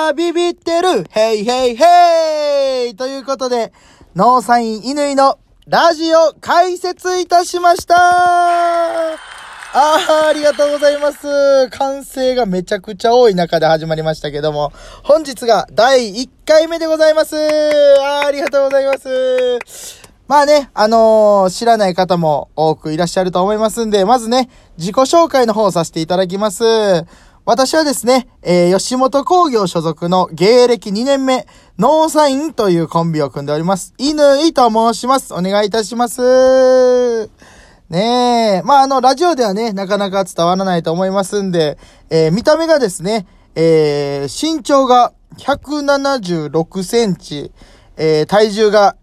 はビビってるヘイヘイヘイということで、ノーサイン乾のラジオ開設いたしました。ありがとうございます。歓声がめちゃくちゃ多い中で始まりましたけども、本日が第1回目でございます。ありがとうございます。まあね、知らない方も多くいらっしゃると思いますんで、まずね、自己紹介の方をさせていただきます。私はですね、吉本興業所属の芸歴2年目、ノーサインというコンビを組んでおります。乾と申します。お願いいたします。ねえ、まあラジオではね、なかなか伝わらないと思いますんで、見た目がですね、身長が176センチ、体重が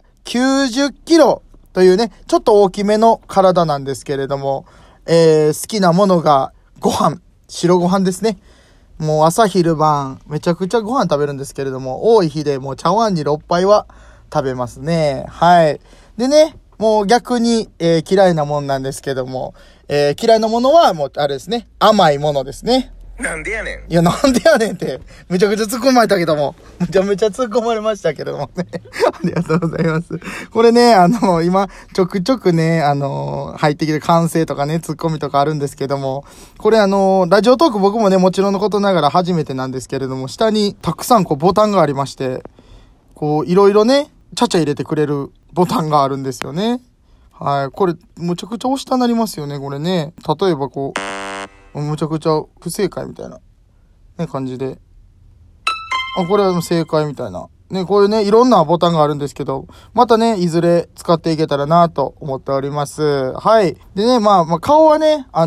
90キロというね、ちょっと大きめの体なんですけれども、好きなものがご飯、白ご飯ですね。もう朝昼晩、めちゃくちゃご飯食べるんですけれども、多い日でもう茶碗に6杯は食べますね。はい。でね、もう逆に、嫌いなもんなんですけども、嫌いなものはもうあれですね、甘いものですね。 なんでやねん。 いや、なんでやねんって、めちゃくちゃ突っ込まれたけども、めちゃめちゃ突っ込まれましたけどもね。ありがとうございます。これね、今、ちょくちょくね、入ってきて歓声とかね、突っ込みとかあるんですけども、これラジオトーク僕もね、もちろんのことながら初めてなんですけれども、下にたくさんこうボタンがありまして、こう、いろいろね、ちゃちゃ入れてくれるボタンがあるんですよね。はい。これ、むちゃくちゃ押したなりますよね、これね。例えばこう、むちゃくちゃ不正解みたいな、ね、感じで。これは正解みたいな。ね、こういうね、いろんなボタンがあるんですけど、またね、いずれ使っていけたらなと思っております。はい。でね、まあ、顔はね、佐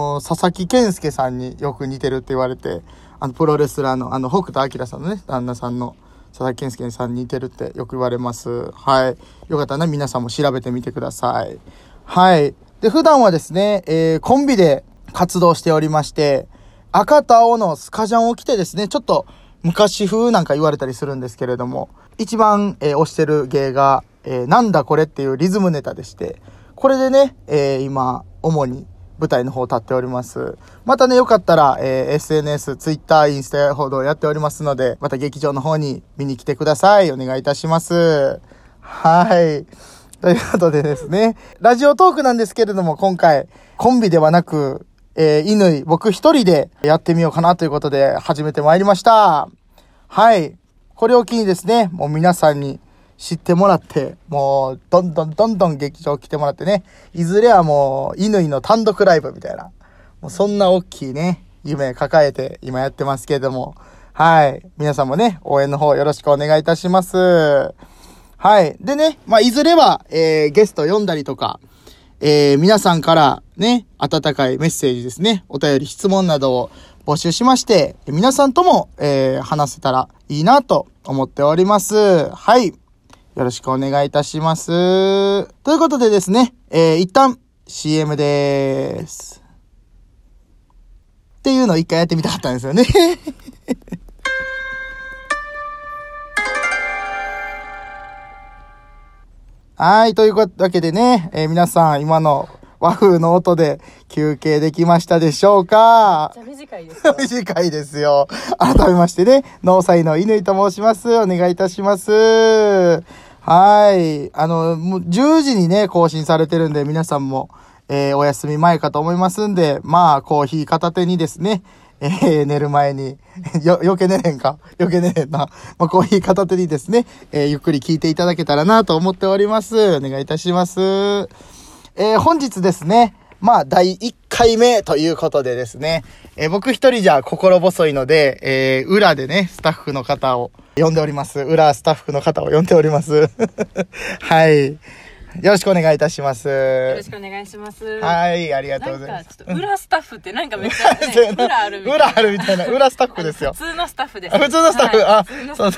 々木健介さんによく似てるって言われて、プロレスラーの、北斗晶さんのね、旦那さんの佐々木健介さんに似てるってよく言われます。はい。よかったらね、皆さんも調べてみてください。はい。で、普段はですね、コンビで活動しておりまして、赤と青のスカジャンを着てですね、ちょっと昔風なんか言われたりするんですけれども、一番、推してる芸が、なんだこれっていうリズムネタでして、これでね、今、主に舞台の方立っております。またね、よかったら、SNS、Twitter、インスタほどやっておりますので、また劇場の方に見に来てください。お願いいたします。はい。ということでですね、ラジオトークなんですけれども、今回、コンビではなく、乾、僕一人でやってみようかなということで始めてまいりました。はい。これを機にですね、もう皆さんに知ってもらって、もうどんどん劇場来てもらってね、いずれはもう乾の単独ライブみたいな、もうそんな大きいね、夢抱えて今やってますけれども、はい。皆さんもね、応援の方よろしくお願いいたします。はい。でね、まあ、いずれは、ゲスト呼んだりとか、皆さんからね、温かいメッセージですね、お便り、質問などを募集しまして、皆さんとも、話せたらいいなと思っております。はい。よろしくお願いいたします。ということでですね、一旦 CM です。っていうのを一回やってみたかったんですよね。はい、というわけでね、皆さん今の和風の音で休憩できましたでしょうか？ めっちゃ短いですよ。 短いですよ。改めましてね、ノーサイの乾と申します。お願いいたします。はい。もう10時にね、更新されてるんで、皆さんも、お休み前かと思いますんで、まあ、コーヒー片手にですね、寝る前に、余計寝れんか余計寝れんな。まあ、コーヒー片手にですね、ゆっくり聞いていただけたらなと思っております。お願いいたします。本日ですね、まあ、第1回目ということでですね、僕一人じゃ心細いので、裏でね、スタッフの方を呼んでおります。裏スタッフの方を呼んでおります。はい。よろしくお願いいたします。 よろしくお願いします。 はい、ありがとうございます。 なんかちょっと裏スタッフってなんかめっちゃ、ね、裏あるみたいな。 裏あるみたいな。裏スタッフですよ。 普通のスタッフです。 普通のスタッフ、 はい、 そう。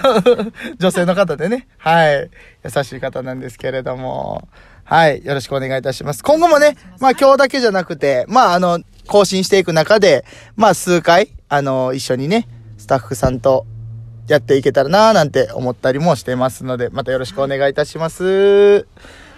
女性の方でね。はい。優しい方なんですけれども。はい。よろしくお願いいたします。今後もね、まあ今日だけじゃなくて、まあ更新していく中で、まあ数回、一緒にね、スタッフさんとやっていけたらなーなんて思ったりもしてますので、またよろしくお願いいたします。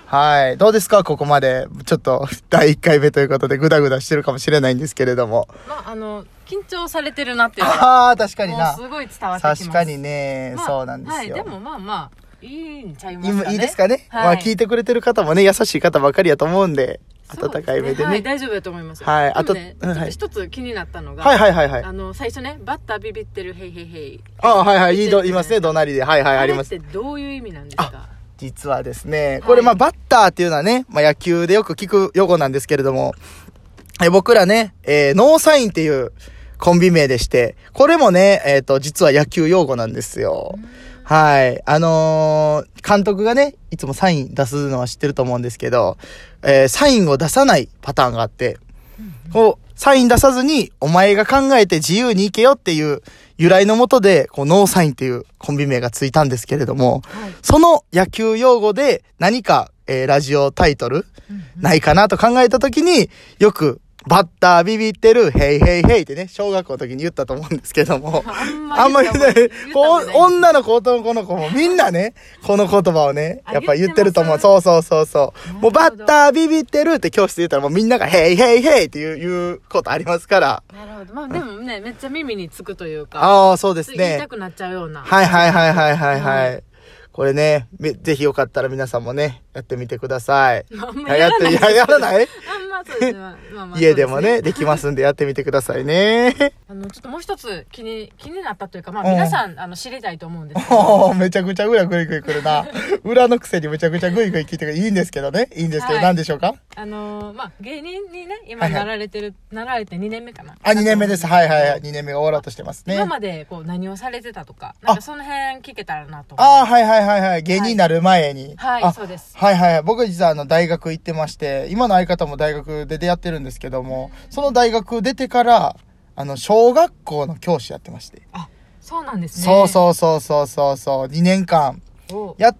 はい。どうですかここまで。ちょっと、第1回目ということで、グダグダしてるかもしれないんですけれども。 まあ、緊張されてるなっていうのは。 ああ、確かにな。 もうすごい伝わってきます。 確かにね、 まあ、 そうなんですよ。 はい、でもまあまあ、いいんちゃいますかね。 いいですかね、 はい、 まあ聞いてくれてる方もね、優しい方ばかりやと思うんで、温かい目でね。 はい、大丈夫だと思います。 はい、 あとね、一つ気になったのが、 はいはいはいはい。 最初ね、バッタービビってるヘイヘイヘイ。 ああ、はいはい、言いますね、怒鳴りで。はいはい、あります。 あれってどういう意味なんですか？ 実はですね、これまあバッターっていうのはね、まあ野球でよく聞く用語なんですけれども、僕らね、ノーサインっていうコンビ名でして、これもね、実は野球用語なんですよ。はい。監督がね、いつもサイン出すのは知ってると思うんですけど、サインを出さないパターンがあって、こう、サイン出さずに、お前が考えて自由に行けよっていう由来のもとで、こう、ノーサインっていうコンビ名がついたんですけれども、はい、その野球用語で何か、ラジオタイトルないかなと考えたときに、よく、バッタービビってる、ヘイヘイヘイってね、小学校の時に言ったと思うんですけども、あんまりね、女の子、男の子もみんなね、この言葉をね、やっぱ言ってると思う。そうそうそうそう。もうバッタービビってるって教室で言ったらもうみんながヘイヘイヘイっていうことありますから。 なるほど。まあでもね、めっちゃ耳につくというか。 ああ、そうですね。 言いたくなっちゃうような。 はいはいはいはいはいはい。これね、ぜひよかったら皆さんもね、やってみてください。 やらないそうですね。 家でもね、できますんでやってみてくださいね。 ちょっともう一つ気になったというか、まあ皆さん、知りたいと思うんですけど。 めちゃくちゃ裏グイグイ来るな。裏のくせにめちゃくちゃグイグイ聞いてくる。いいんですけどね。いいんですけど、何でしょうか？ まあ芸人にね、今なられて2年目かな。 2年目です。はいはいはい。2年目が終わろうとしてますね。 今までこう何をされてたとか、なんかその辺聞けたらなと。 はいはいはいはい。芸人になる前に。 はい、そうです。 はいはいはい。僕実は大学行ってまして、今の相方も大学で出会ってるんですけども、その大学出てから、小学校の教師やってまして。 あ、そうなんですね。 そうそうそうそうそうそう。2年間やって、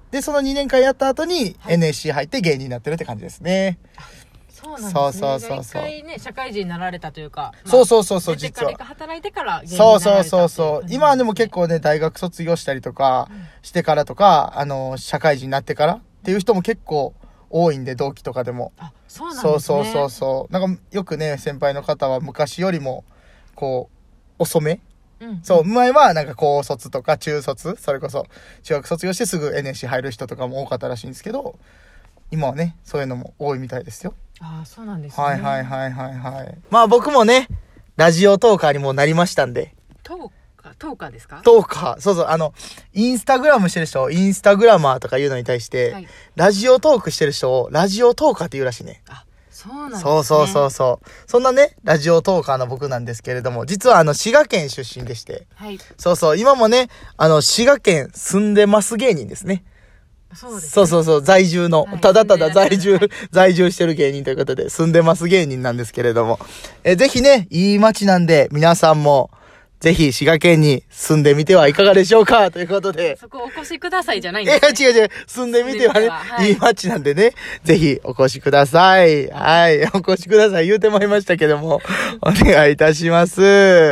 で、その2年間やった後に NSC 入って芸人になってるって感じですね。 そうなんですね。 そうそうそうそう。 一回ね、社会人になられたというか。 そうそうそうそう、実は。 働いてから芸人になられた。 そうそうそうそう。今はでも結構ね、大学卒業したりとか、してからとか、社会人になってからっていう人も結構多いんで、同期とかでも。 あ、そうなんですね。 そうそうそうそう。なんかよくね、先輩の方は昔よりも、こう、遅め、そう、前はなんか高卒とか中卒、それこそ中学卒業してすぐ NSC 入る人とかも多かったらしいんですけど、今はね、そういうのも多いみたいですよ。 ああ、そうなんですね。 はいはいはいはいはい。まあ僕もね、ラジオトーカーにもなりましたんで。 トーカーですか？ トーカー。そうそう、インスタグラムしてる人をインスタグラマーとか言うのに対して、はい、ラジオトークしてる人をラジオトーカーって言うらしいね。 あ、そうなんですね。 そうそうそうそう。そんなね、ラジオトーカーの僕なんですけれども、実は滋賀県出身でして。 はい。 そうそう、今もね、滋賀県住んでます芸人ですね。 そうですね。 そうそうそう、在住の、 はい、 ただただ在住してる芸人ということで、住んでます芸人なんですけれども。ぜひね、いい街なんで、皆さんも、ぜひ滋賀県に住んでみてはいかがでしょうかということで。 そこお越しくださいじゃないんですね。 違う。住んでみてはね、はい、いい街なんでね、ぜひお越しください。はい、お越しください。言うてまいりましたけども、お願いいたします。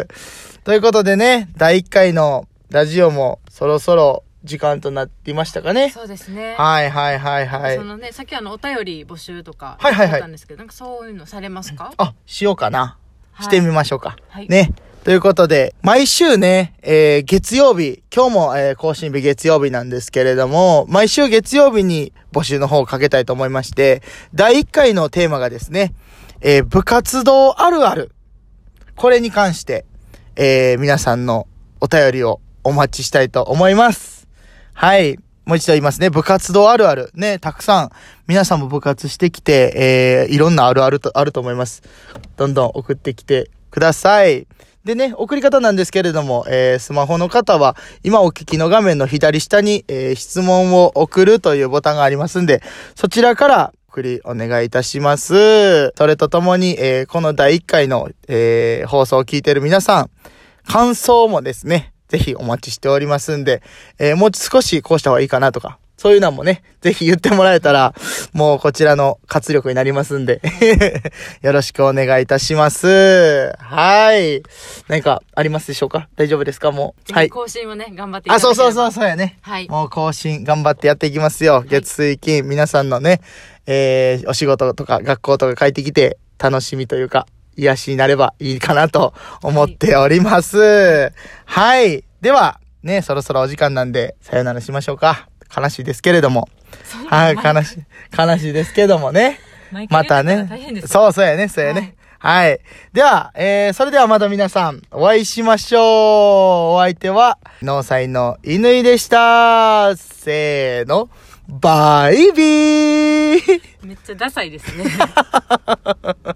ということでね、第1回のラジオもそろそろ時間となっていましたかね。 そうですね。 はいはいはいはい。 そのね、さっきお便り募集とか、 はいはいはい。 なんですけど、なんかそういうのされますか？ しようかな。してみましょうか。 はい。 ね。ということで、毎週ね、月曜日、今日も、更新日月曜日なんですけれども、毎週月曜日に募集の方をかけたいと思いまして、第1回のテーマがですね、部活動あるある。これに関して、皆さんのお便りをお待ちしたいと思います。はい。もう一度言いますね。部活動あるある。ね、たくさん、皆さんも部活してきて、いろんなあるあるあると思います。どんどん送ってきてください。でね、送り方なんですけれども、スマホの方は、今お聞きの画面の左下に、質問を送るというボタンがありますんで、そちらから送りお願いいたします。それとともに、この第1回の、放送を聞いている皆さん、感想もですね、ぜひお待ちしておりますんで、もう少しこうした方がいいかなとか、 そういうのもね、ぜひ言ってもらえたら、もうこちらの活力になりますんで、よろしくお願いいたします。はい。何かありますでしょうか？大丈夫ですか？もう。 はい。更新をね、頑張っていただければ。 そうやね。 はい。 もう更新頑張ってやっていきますよ。月水金、皆さんのね、お仕事とか学校とか帰ってきて、楽しみというか、癒しになればいいかなと思っております。はい。では、ね、そろそろお時間なんで、さよならしましょうか。悲しいですけれども。はい、悲しいですけどもね。またね。そうやね。はい。では、それではまた皆さん、お会いしましょう。お相手は、農祭の乾でした。せーの。バイビー。 めっちゃダサいですね。